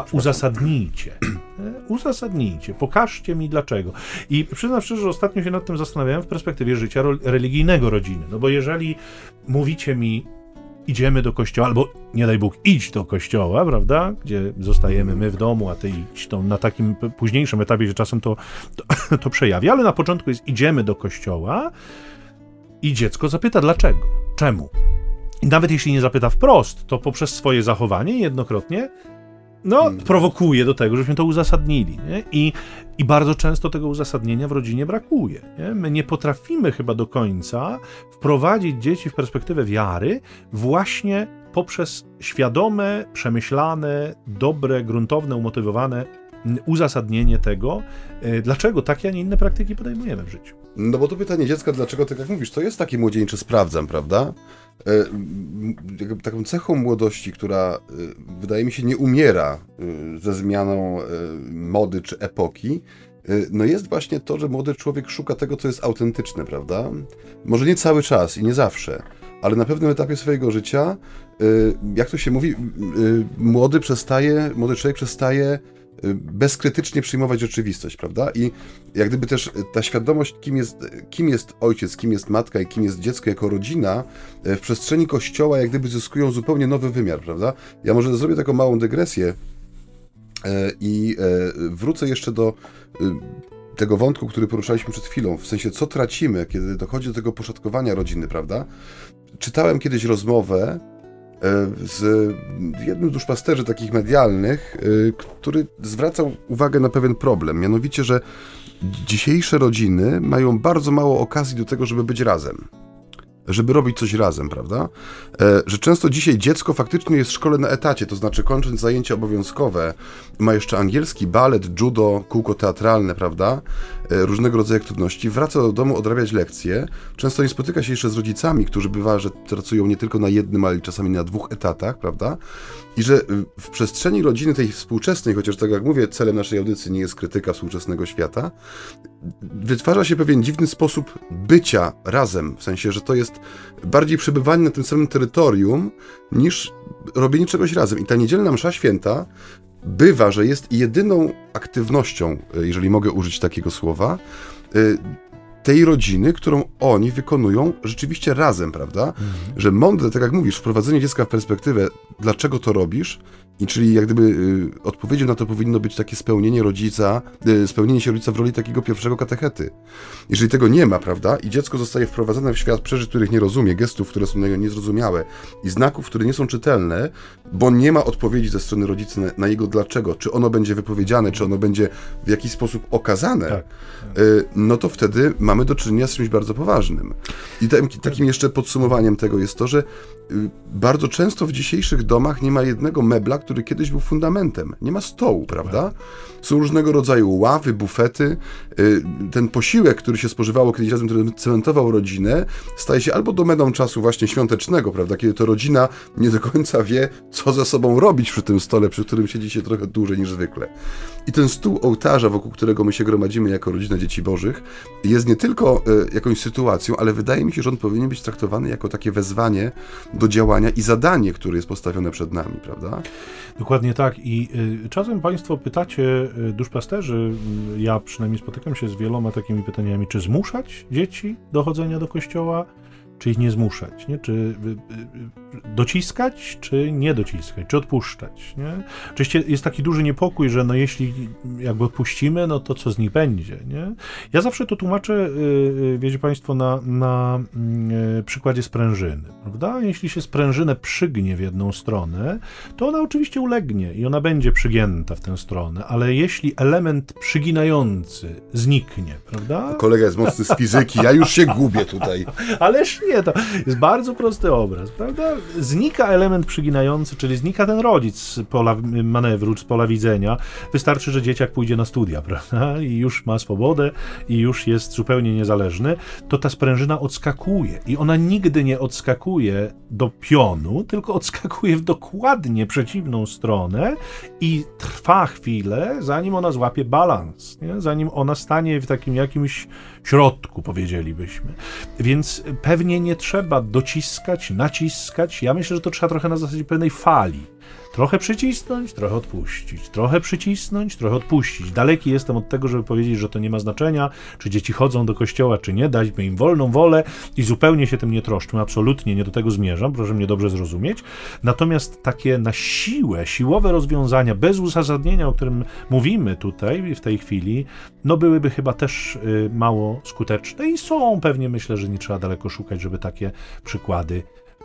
uzasadnijcie, pokażcie mi dlaczego. I przyznam szczerze, że ostatnio się nad tym zastanawiałem w perspektywie życia religijnego rodziny, no bo jeżeli mówicie mi, idziemy do kościoła, albo nie daj Bóg, idź do kościoła, prawda, gdzie zostajemy my w domu, a ty idź, to na takim późniejszym etapie, że czasem to przejawia, ale na początku jest idziemy do kościoła i dziecko zapyta dlaczego, czemu. I nawet jeśli nie zapyta wprost, to poprzez swoje zachowanie jednokrotnie prowokuje do tego, żebyśmy to uzasadnili. Nie? I bardzo często tego uzasadnienia w rodzinie brakuje. Nie? My nie potrafimy chyba do końca wprowadzić dzieci w perspektywę wiary właśnie poprzez świadome, przemyślane, dobre, gruntowne, umotywowane uzasadnienie tego, dlaczego takie, a nie inne praktyki podejmujemy w życiu. No bo to pytanie dziecka, dlaczego tak jak mówisz, to jest taki młodzieńczy sprawdzam, prawda? Taką cechą młodości, która wydaje mi się nie umiera ze zmianą mody czy epoki, no jest właśnie to, że młody człowiek szuka tego, co jest autentyczne, prawda? Może nie cały czas i nie zawsze, ale na pewnym etapie swojego życia, jak to się mówi, młody człowiek przestaje bezkrytycznie przyjmować rzeczywistość, prawda? I jak gdyby też ta świadomość, kim jest ojciec, kim jest matka i kim jest dziecko jako rodzina, w przestrzeni Kościoła jak gdyby zyskują zupełnie nowy wymiar, prawda? Ja może zrobię taką małą dygresję i wrócę jeszcze do tego wątku, który poruszaliśmy przed chwilą, w sensie co tracimy, kiedy dochodzi do tego poszatkowania rodziny, prawda? Czytałem kiedyś rozmowę z jednym z duszpasterzy takich medialnych, który zwracał uwagę na pewien problem, mianowicie, że dzisiejsze rodziny mają bardzo mało okazji do tego, żeby być razem. Żeby robić coś razem, prawda? Że często dzisiaj dziecko faktycznie jest w szkole na etacie, to znaczy kończąc zajęcia obowiązkowe, ma jeszcze angielski, balet, judo, kółko teatralne, prawda? Różnego rodzaju aktywności, wraca do domu odrabiać lekcje, często nie spotyka się jeszcze z rodzicami, którzy bywa, że pracują nie tylko na jednym, ale czasami na 2 etatach, prawda? I że w przestrzeni rodziny tej współczesnej, chociaż tak jak mówię, celem naszej audycji nie jest krytyka współczesnego świata, wytwarza się pewien dziwny sposób bycia razem, w sensie, że to jest bardziej przebywanie na tym samym terytorium, niż robienie czegoś razem. I ta niedzielna msza święta bywa, że jest jedyną aktywnością, jeżeli mogę użyć takiego słowa, tej rodziny, którą oni wykonują rzeczywiście razem, prawda? Że mądre, tak jak mówisz, wprowadzenie dziecka w perspektywę, dlaczego to robisz, i czyli jak gdyby odpowiedzią na to powinno być takie spełnienie się rodzica w roli takiego pierwszego katechety. Jeżeli tego nie ma, prawda, i dziecko zostaje wprowadzone w świat przeżyć, których nie rozumie, gestów, które są niezrozumiałe i znaków, które nie są czytelne, bo nie ma odpowiedzi ze strony rodzica na jego dlaczego, czy ono będzie wypowiedziane, czy ono będzie w jakiś sposób okazane, tak. No to wtedy mamy do czynienia z czymś bardzo poważnym. I takim jeszcze podsumowaniem tego jest to, że bardzo często w dzisiejszych domach nie ma jednego mebla, który kiedyś był fundamentem. Nie ma stołu, prawda? Są różnego rodzaju ławy, bufety. Ten posiłek, który się spożywało kiedyś razem, który cementował rodzinę, staje się albo domeną czasu właśnie świątecznego, prawda? Kiedy to rodzina nie do końca wie, co ze sobą robić przy tym stole, przy którym siedzi się trochę dłużej niż zwykle. I ten stół ołtarza, wokół którego my się gromadzimy jako rodzina dzieci bożych, jest nie tylko jakąś sytuacją, ale wydaje mi się, że on powinien być traktowany jako takie wezwanie do działania i zadanie, które jest postawione przed nami, prawda? Dokładnie tak. I czasem Państwo pytacie duszpasterzy, ja przynajmniej spotykam się z wieloma takimi pytaniami, czy zmuszać dzieci do chodzenia do kościoła, czy ich nie zmuszać, nie? Czy dociskać, czy nie dociskać, czy odpuszczać, nie? Oczywiście jest taki duży niepokój, że no jeśli jakby odpuścimy, no to co z nich będzie, nie? Ja zawsze to tłumaczę, wiecie Państwo, na przykładzie sprężyny, prawda? Jeśli się sprężynę przygnie w jedną stronę, to ona oczywiście ulegnie i ona będzie przygięta w tę stronę, ale jeśli element przyginający zniknie, prawda? Kolega jest mocny z fizyki, ja już się gubię tutaj. Ależ nie, to jest bardzo prosty obraz, prawda? Znika element przyginający, czyli znika ten rodzic z pola manewru, z pola widzenia. Wystarczy, że dzieciak pójdzie na studia, prawda? I już ma swobodę i już jest zupełnie niezależny, to ta sprężyna odskakuje i ona nigdy nie odskakuje do pionu, tylko odskakuje w dokładnie przeciwną stronę i trwa chwilę, zanim ona złapie balans, nie? Zanim ona stanie w takim jakimś środku, powiedzielibyśmy. Więc pewnie nie trzeba dociskać, naciskać. Ja myślę, że to trzeba trochę na zasadzie pewnej fali. Trochę przycisnąć, trochę odpuścić. Trochę przycisnąć, trochę odpuścić. Daleki jestem od tego, żeby powiedzieć, że to nie ma znaczenia, czy dzieci chodzą do kościoła, czy nie. Dajmy im wolną wolę i zupełnie się tym nie troszczmy. Absolutnie nie do tego zmierzam, proszę mnie dobrze zrozumieć. Natomiast takie na siłę, siłowe rozwiązania, bez uzasadnienia, o którym mówimy tutaj w tej chwili, no byłyby chyba też mało skuteczne i są pewnie, myślę, że nie trzeba daleko szukać, żeby takie przykłady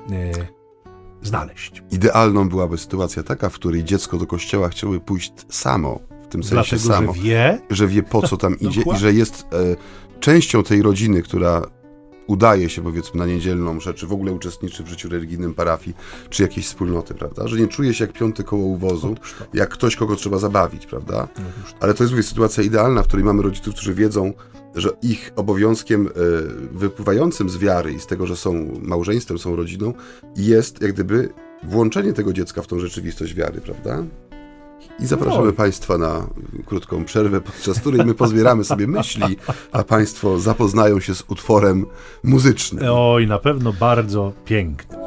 znaleźć. Idealną byłaby sytuacja taka, w której dziecko do kościoła chciałoby pójść samo, w tym sensie samo, że wie po co tam idzie i że jest częścią tej rodziny, która udaje się, powiedzmy, na niedzielną mszę, czy w ogóle uczestniczy w życiu religijnym parafii, czy jakiejś wspólnoty, prawda? Że nie czuje się jak piąte koło u wozu, jak ktoś, kogo trzeba zabawić, prawda? Ale to jest, mówię, sytuacja idealna, w której mamy rodziców, którzy wiedzą, że ich obowiązkiem wypływającym z wiary i z tego, że są małżeństwem, są rodziną, jest jak gdyby włączenie tego dziecka w tą rzeczywistość wiary, prawda? I zapraszamy Państwa na krótką przerwę, podczas której my pozbieramy sobie myśli, a Państwo zapoznają się z utworem muzycznym. Oj, na pewno bardzo piękny.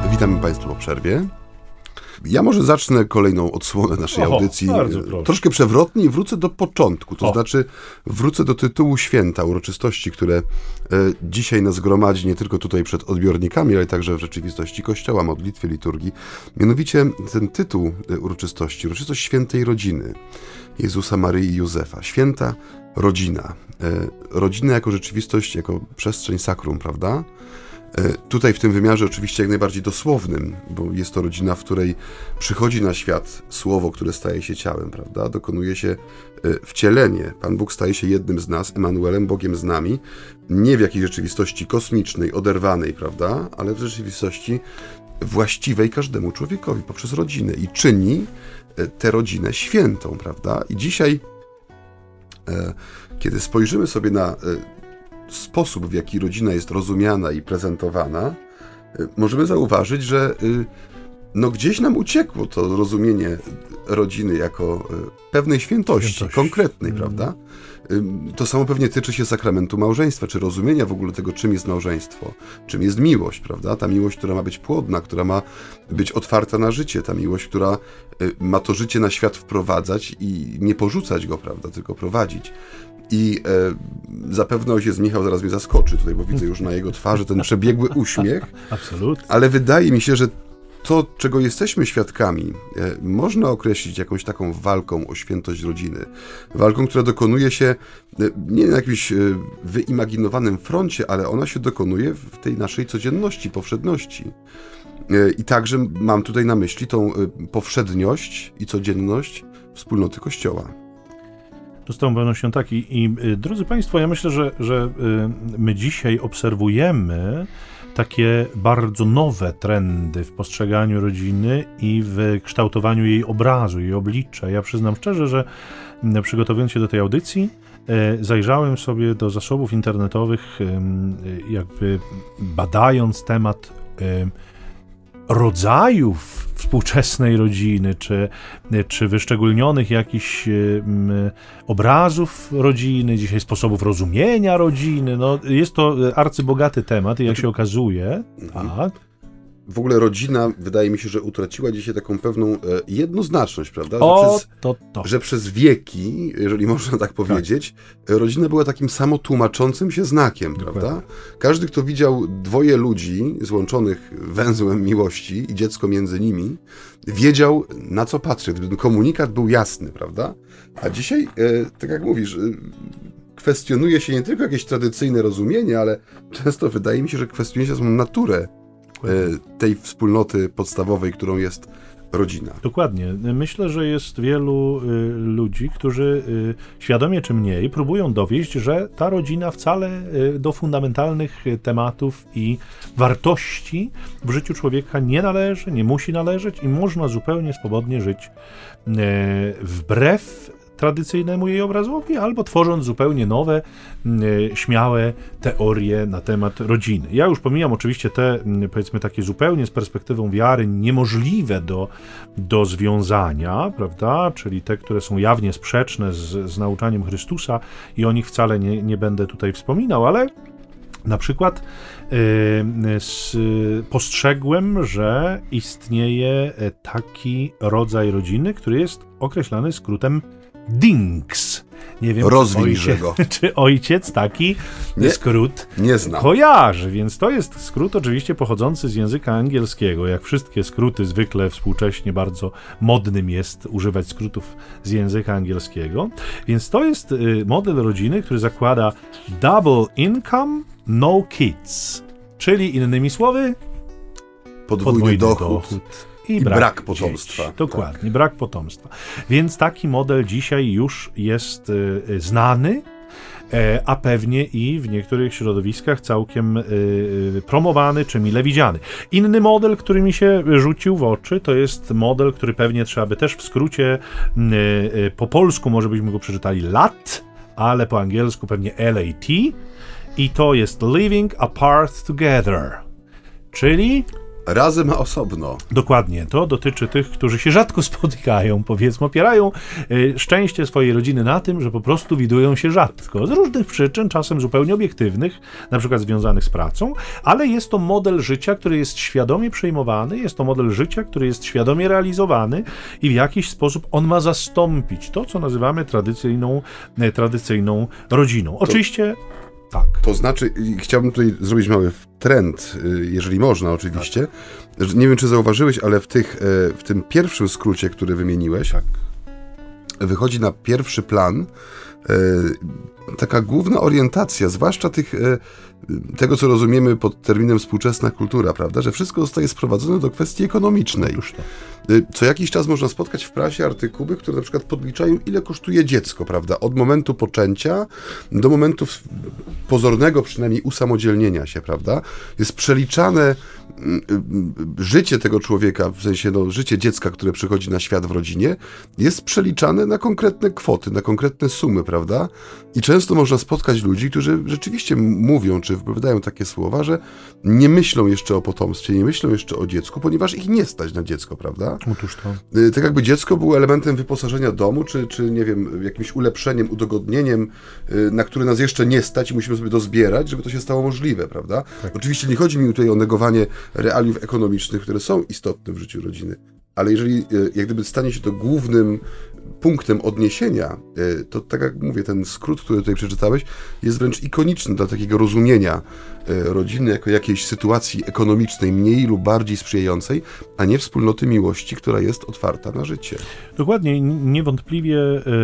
Witamy Państwa po przerwie. Ja może zacznę kolejną odsłonę naszej audycji. Troszkę przewrotnie i wrócę do początku. To znaczy wrócę do tytułu święta, uroczystości, które dzisiaj nas gromadzi nie tylko tutaj przed odbiornikami, ale także w rzeczywistości Kościoła, modlitwy, liturgii. Mianowicie ten tytuł uroczystości, uroczystość świętej rodziny Jezusa, Maryi i Józefa. Święta rodzina. Rodzina jako rzeczywistość, jako przestrzeń sakrum, prawda? Tutaj w tym wymiarze oczywiście jak najbardziej dosłownym, bo jest to rodzina, w której przychodzi na świat Słowo, które staje się ciałem, prawda? Dokonuje się wcielenie. Pan Bóg staje się jednym z nas, Emanuelem, Bogiem z nami, nie w jakiejś rzeczywistości kosmicznej, oderwanej, prawda? Ale w rzeczywistości właściwej każdemu człowiekowi poprzez rodzinę i czyni tę rodzinę świętą, prawda? I dzisiaj, kiedy spojrzymy sobie na sposób, w jaki rodzina jest rozumiana i prezentowana, możemy zauważyć, że gdzieś nam uciekło to rozumienie rodziny jako pewnej świętości. Konkretnej, prawda? To samo pewnie tyczy się sakramentu małżeństwa, czy rozumienia w ogóle tego, czym jest małżeństwo, czym jest miłość, prawda? Ta miłość, która ma być płodna, która ma być otwarta na życie, ta miłość, która ma to życie na świat wprowadzać i nie porzucać go, prawda? Tylko prowadzić. I zapewne ojciec Michał zaraz mnie zaskoczy tutaj, bo widzę już na jego twarzy ten przebiegły uśmiech. Absolutnie. Ale wydaje mi się, że to, czego jesteśmy świadkami, można określić jakąś taką walką o świętość rodziny. Walką, która dokonuje się nie na jakimś wyimaginowanym froncie, ale ona się dokonuje w tej naszej codzienności, powszedności. I także mam tutaj na myśli tą powszedniość i codzienność wspólnoty Kościoła. To z tą pewnością tak. I drodzy Państwo, ja myślę, że my dzisiaj obserwujemy takie bardzo nowe trendy w postrzeganiu rodziny i w kształtowaniu jej obrazu, jej oblicza. Ja przyznam szczerze, że przygotowując się do tej audycji, zajrzałem sobie do zasobów internetowych, jakby badając temat rodzajów współczesnej rodziny, czy wyszczególnionych jakichś obrazów rodziny, dzisiaj sposobów rozumienia rodziny. No, jest to arcybogaty temat i jak się okazuje, tak. W ogóle rodzina, wydaje mi się, że utraciła dzisiaj taką pewną jednoznaczność, prawda? Że przez wieki, jeżeli można tak powiedzieć, rodzina była takim samotłumaczącym się znakiem, prawda? Każdy, kto widział dwoje ludzi złączonych węzłem miłości i dziecko między nimi, wiedział, na co patrzy. Gdyby komunikat był jasny, prawda? A dzisiaj, tak jak mówisz, kwestionuje się nie tylko jakieś tradycyjne rozumienie, ale często wydaje mi się, że kwestionuje się samą naturę tej wspólnoty podstawowej, którą jest rodzina. Dokładnie. Myślę, że jest wielu ludzi, którzy świadomie czy mniej próbują dowieść, że ta rodzina wcale do fundamentalnych tematów i wartości w życiu człowieka nie należy, nie musi należeć i można zupełnie swobodnie żyć wbrew tradycyjnemu jej obrazowi, albo tworząc zupełnie nowe, śmiałe teorie na temat rodziny. Ja już pomijam oczywiście te, powiedzmy, takie zupełnie z perspektywą wiary niemożliwe do związania, prawda, czyli te, które są jawnie sprzeczne z nauczaniem Chrystusa i o nich wcale nie będę tutaj wspominał, ale na przykład postrzegłem, że istnieje taki rodzaj rodziny, który jest określany skrótem DINKS. Nie wiem, czy ojciec taki skrót nie zna. Kojarzy, więc to jest skrót oczywiście pochodzący z języka angielskiego. Jak wszystkie skróty zwykle współcześnie bardzo modnym jest używać skrótów z języka angielskiego. Więc to jest model rodziny, który zakłada double income, no kids. Czyli innymi słowy podwójny dochód. I brak potomstwa. Dzieci. Dokładnie, brak potomstwa. Więc taki model dzisiaj już jest znany, a pewnie i w niektórych środowiskach całkiem promowany czy mile widziany. Inny model, który mi się rzucił w oczy, to jest model, który pewnie trzeba by też w skrócie po polsku może byśmy go przeczytali LAT, ale po angielsku pewnie LAT i to jest Living Apart Together, czyli razem, a osobno. Dokładnie. To dotyczy tych, którzy się rzadko spotykają, powiedzmy, opierają szczęście swojej rodziny na tym, że po prostu widują się rzadko. Z różnych przyczyn, czasem zupełnie obiektywnych, na przykład związanych z pracą, ale jest to model życia, który jest świadomie przyjmowany, jest to model życia, który jest świadomie realizowany i w jakiś sposób on ma zastąpić to, co nazywamy tradycyjną rodziną. Oczywiście tak. To znaczy, chciałbym tutaj zrobić mały trend, jeżeli można oczywiście. Tak. Nie wiem, czy zauważyłeś, ale w tym pierwszym skrócie, który wymieniłeś, tak, wychodzi na pierwszy plan taka główna orientacja, zwłaszcza tego, co rozumiemy pod terminem współczesna kultura, prawda? Że wszystko zostaje sprowadzone do kwestii ekonomicznej. Co jakiś czas można spotkać w prasie artykuły, które na przykład podliczają, ile kosztuje dziecko, prawda? Od momentu poczęcia do momentu pozornego przynajmniej usamodzielnienia się, prawda? Jest przeliczane życie tego człowieka, w sensie życie dziecka, które przychodzi na świat w rodzinie, jest przeliczane na konkretne kwoty, na konkretne sumy, prawda? I często można spotkać ludzi, którzy rzeczywiście mówią, czy wypowiadają takie słowa, że nie myślą jeszcze o potomstwie, nie myślą jeszcze o dziecku, ponieważ ich nie stać na dziecko, prawda? Otóż to. Tak jakby dziecko było elementem wyposażenia domu, czy nie wiem, jakimś ulepszeniem, udogodnieniem, na które nas jeszcze nie stać i musimy sobie dozbierać, żeby to się stało możliwe, prawda? Tak. Oczywiście nie chodzi mi tutaj o negowanie realiów ekonomicznych, które są istotne w życiu rodziny, ale jeżeli jak gdyby stanie się to głównym punktem odniesienia, to tak jak mówię, ten skrót, który tutaj przeczytałeś, jest wręcz ikoniczny dla takiego rozumienia rodziny jako jakiejś sytuacji ekonomicznej mniej lub bardziej sprzyjającej, a nie wspólnoty miłości, która jest otwarta na życie. Dokładnie. Niewątpliwie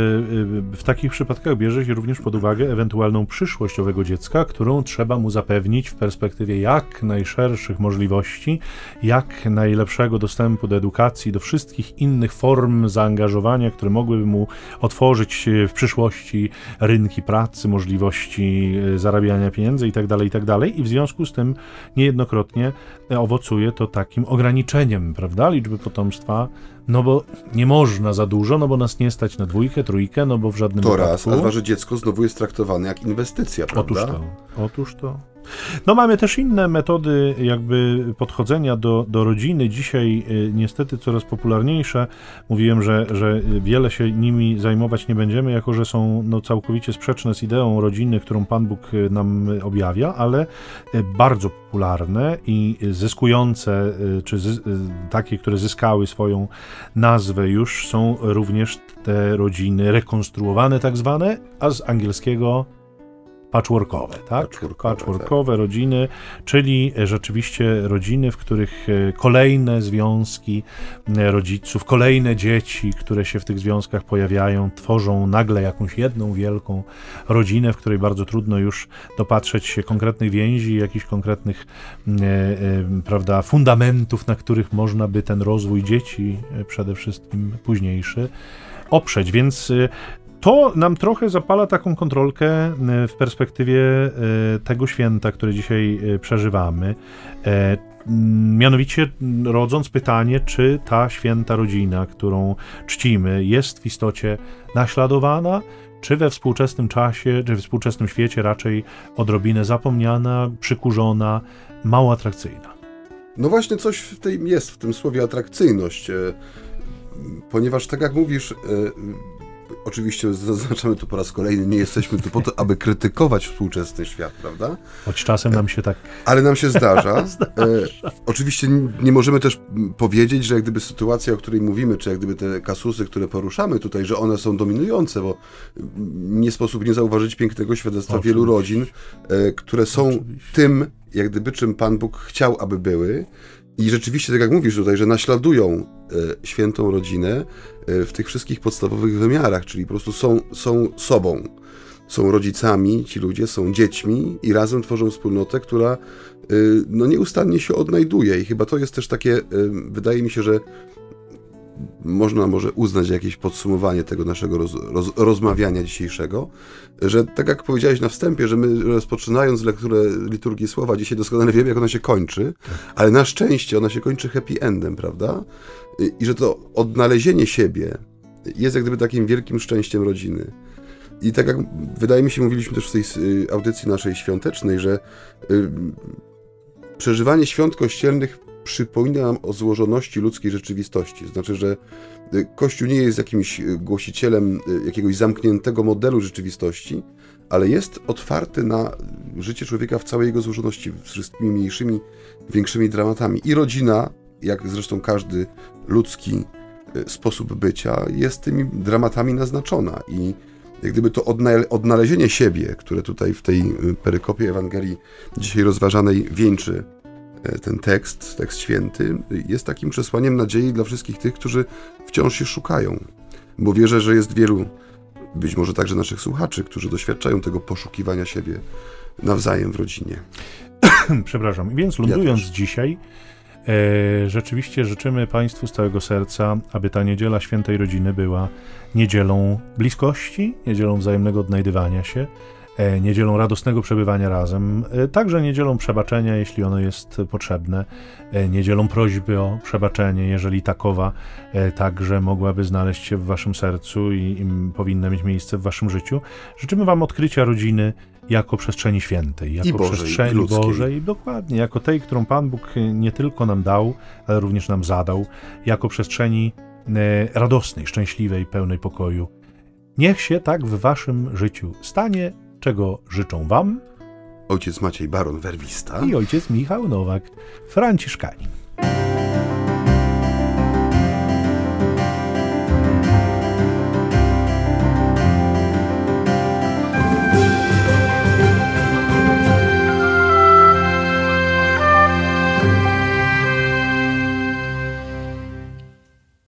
w takich przypadkach bierze się również pod uwagę ewentualną przyszłość owego dziecka, którą trzeba mu zapewnić w perspektywie jak najszerszych możliwości, jak najlepszego dostępu do edukacji, do wszystkich innych form zaangażowania, które mogłyby mu otworzyć w przyszłości rynki pracy, możliwości zarabiania pieniędzy itd., itd. I w związku z tym niejednokrotnie owocuje to takim ograniczeniem, prawda, liczby potomstwa, no bo nie można za dużo, no bo nas nie stać na 2, 3, no bo w żadnym wypadku... To raz, a dwa, że dziecko znowu jest traktowane jak inwestycja, prawda? Otóż to. No mamy też inne metody jakby podchodzenia do rodziny, dzisiaj niestety coraz popularniejsze. Mówiłem, że wiele się nimi zajmować nie będziemy, jako że są całkowicie sprzeczne z ideą rodziny, którą Pan Bóg nam objawia, ale bardzo popularne i zyskujące, czy takie, które zyskały swoją nazwę już, są również te rodziny rekonstruowane tak zwane, a z angielskiego patchworkowe, tak? Patchworkowe rodziny, czyli rzeczywiście rodziny, w których kolejne związki rodziców, kolejne dzieci, które się w tych związkach pojawiają, tworzą nagle jakąś jedną wielką rodzinę, w której bardzo trudno już dopatrzeć się konkretnych więzi, jakichś konkretnych prawda, fundamentów, na których można by ten rozwój dzieci, przede wszystkim późniejszy, oprzeć, więc to nam trochę zapala taką kontrolkę w perspektywie tego święta, które dzisiaj przeżywamy. Mianowicie rodząc pytanie, czy ta święta rodzina, którą czcimy, jest w istocie naśladowana, czy we współczesnym czasie, czy we współczesnym świecie raczej odrobinę zapomniana, przykurzona, mało atrakcyjna. No właśnie coś jest w tym słowie atrakcyjność, ponieważ tak jak mówisz, oczywiście zaznaczamy tu po raz kolejny, nie jesteśmy tu po to, aby krytykować współczesny świat, prawda? Choć czasem nam się tak... Ale nam się zdarza. Oczywiście nie możemy też powiedzieć, że jak gdyby sytuacja, o której mówimy, czy jak gdyby te kasusy, które poruszamy tutaj, że one są dominujące, bo nie sposób nie zauważyć pięknego świadectwa wielu rodzin, które są tym, jak gdyby czym Pan Bóg chciał, aby były. I rzeczywiście, tak jak mówisz tutaj, że naśladują świętą rodzinę w tych wszystkich podstawowych wymiarach, czyli po prostu są sobą, są rodzicami, ci ludzie są dziećmi i razem tworzą wspólnotę, która nieustannie się odnajduje i chyba to jest też takie, wydaje mi się, że można może uznać jakieś podsumowanie tego naszego rozmawiania dzisiejszego, że tak jak powiedziałeś na wstępie, że my rozpoczynając lekturę liturgii słowa, dzisiaj doskonale wiemy, jak ona się kończy, ale na szczęście ona się kończy happy endem, prawda? I że to odnalezienie siebie jest jak gdyby takim wielkim szczęściem rodziny. I tak jak wydaje mi się, mówiliśmy też w tej audycji naszej świątecznej, że przeżywanie świąt kościelnych przypomina nam o złożoności ludzkiej rzeczywistości. Znaczy, że Kościół nie jest jakimś głosicielem jakiegoś zamkniętego modelu rzeczywistości, ale jest otwarty na życie człowieka w całej jego złożoności, z wszystkimi mniejszymi, większymi dramatami. I rodzina, jak zresztą każdy ludzki sposób bycia, jest tymi dramatami naznaczona. I jak gdyby to odnalezienie siebie, które tutaj w tej perykopie Ewangelii dzisiaj rozważanej wieńczy ten tekst święty, jest takim przesłaniem nadziei dla wszystkich tych, którzy wciąż się szukają. Bo wierzę, że jest wielu, być może także naszych słuchaczy, którzy doświadczają tego poszukiwania siebie nawzajem w rodzinie. Przepraszam. Więc lądując dzisiaj, rzeczywiście życzymy Państwu z całego serca, aby ta niedziela Świętej Rodziny była niedzielą bliskości, niedzielą wzajemnego odnajdywania się, niedzielą radosnego przebywania razem, także niedzielą przebaczenia, jeśli ono jest potrzebne, niedzielą prośby o przebaczenie, jeżeli takowa także mogłaby znaleźć się w Waszym sercu i powinna mieć miejsce w Waszym życiu. Życzymy Wam odkrycia rodziny jako przestrzeni świętej, jako przestrzeni Bożej, dokładnie, jako tej, którą Pan Bóg nie tylko nam dał, ale również nam zadał, jako przestrzeni radosnej, szczęśliwej, pełnej pokoju. Niech się tak w Waszym życiu stanie, czego życzą Wam ojciec Maciej Baron, werwista, i ojciec Michał Nowak, franciszkanin.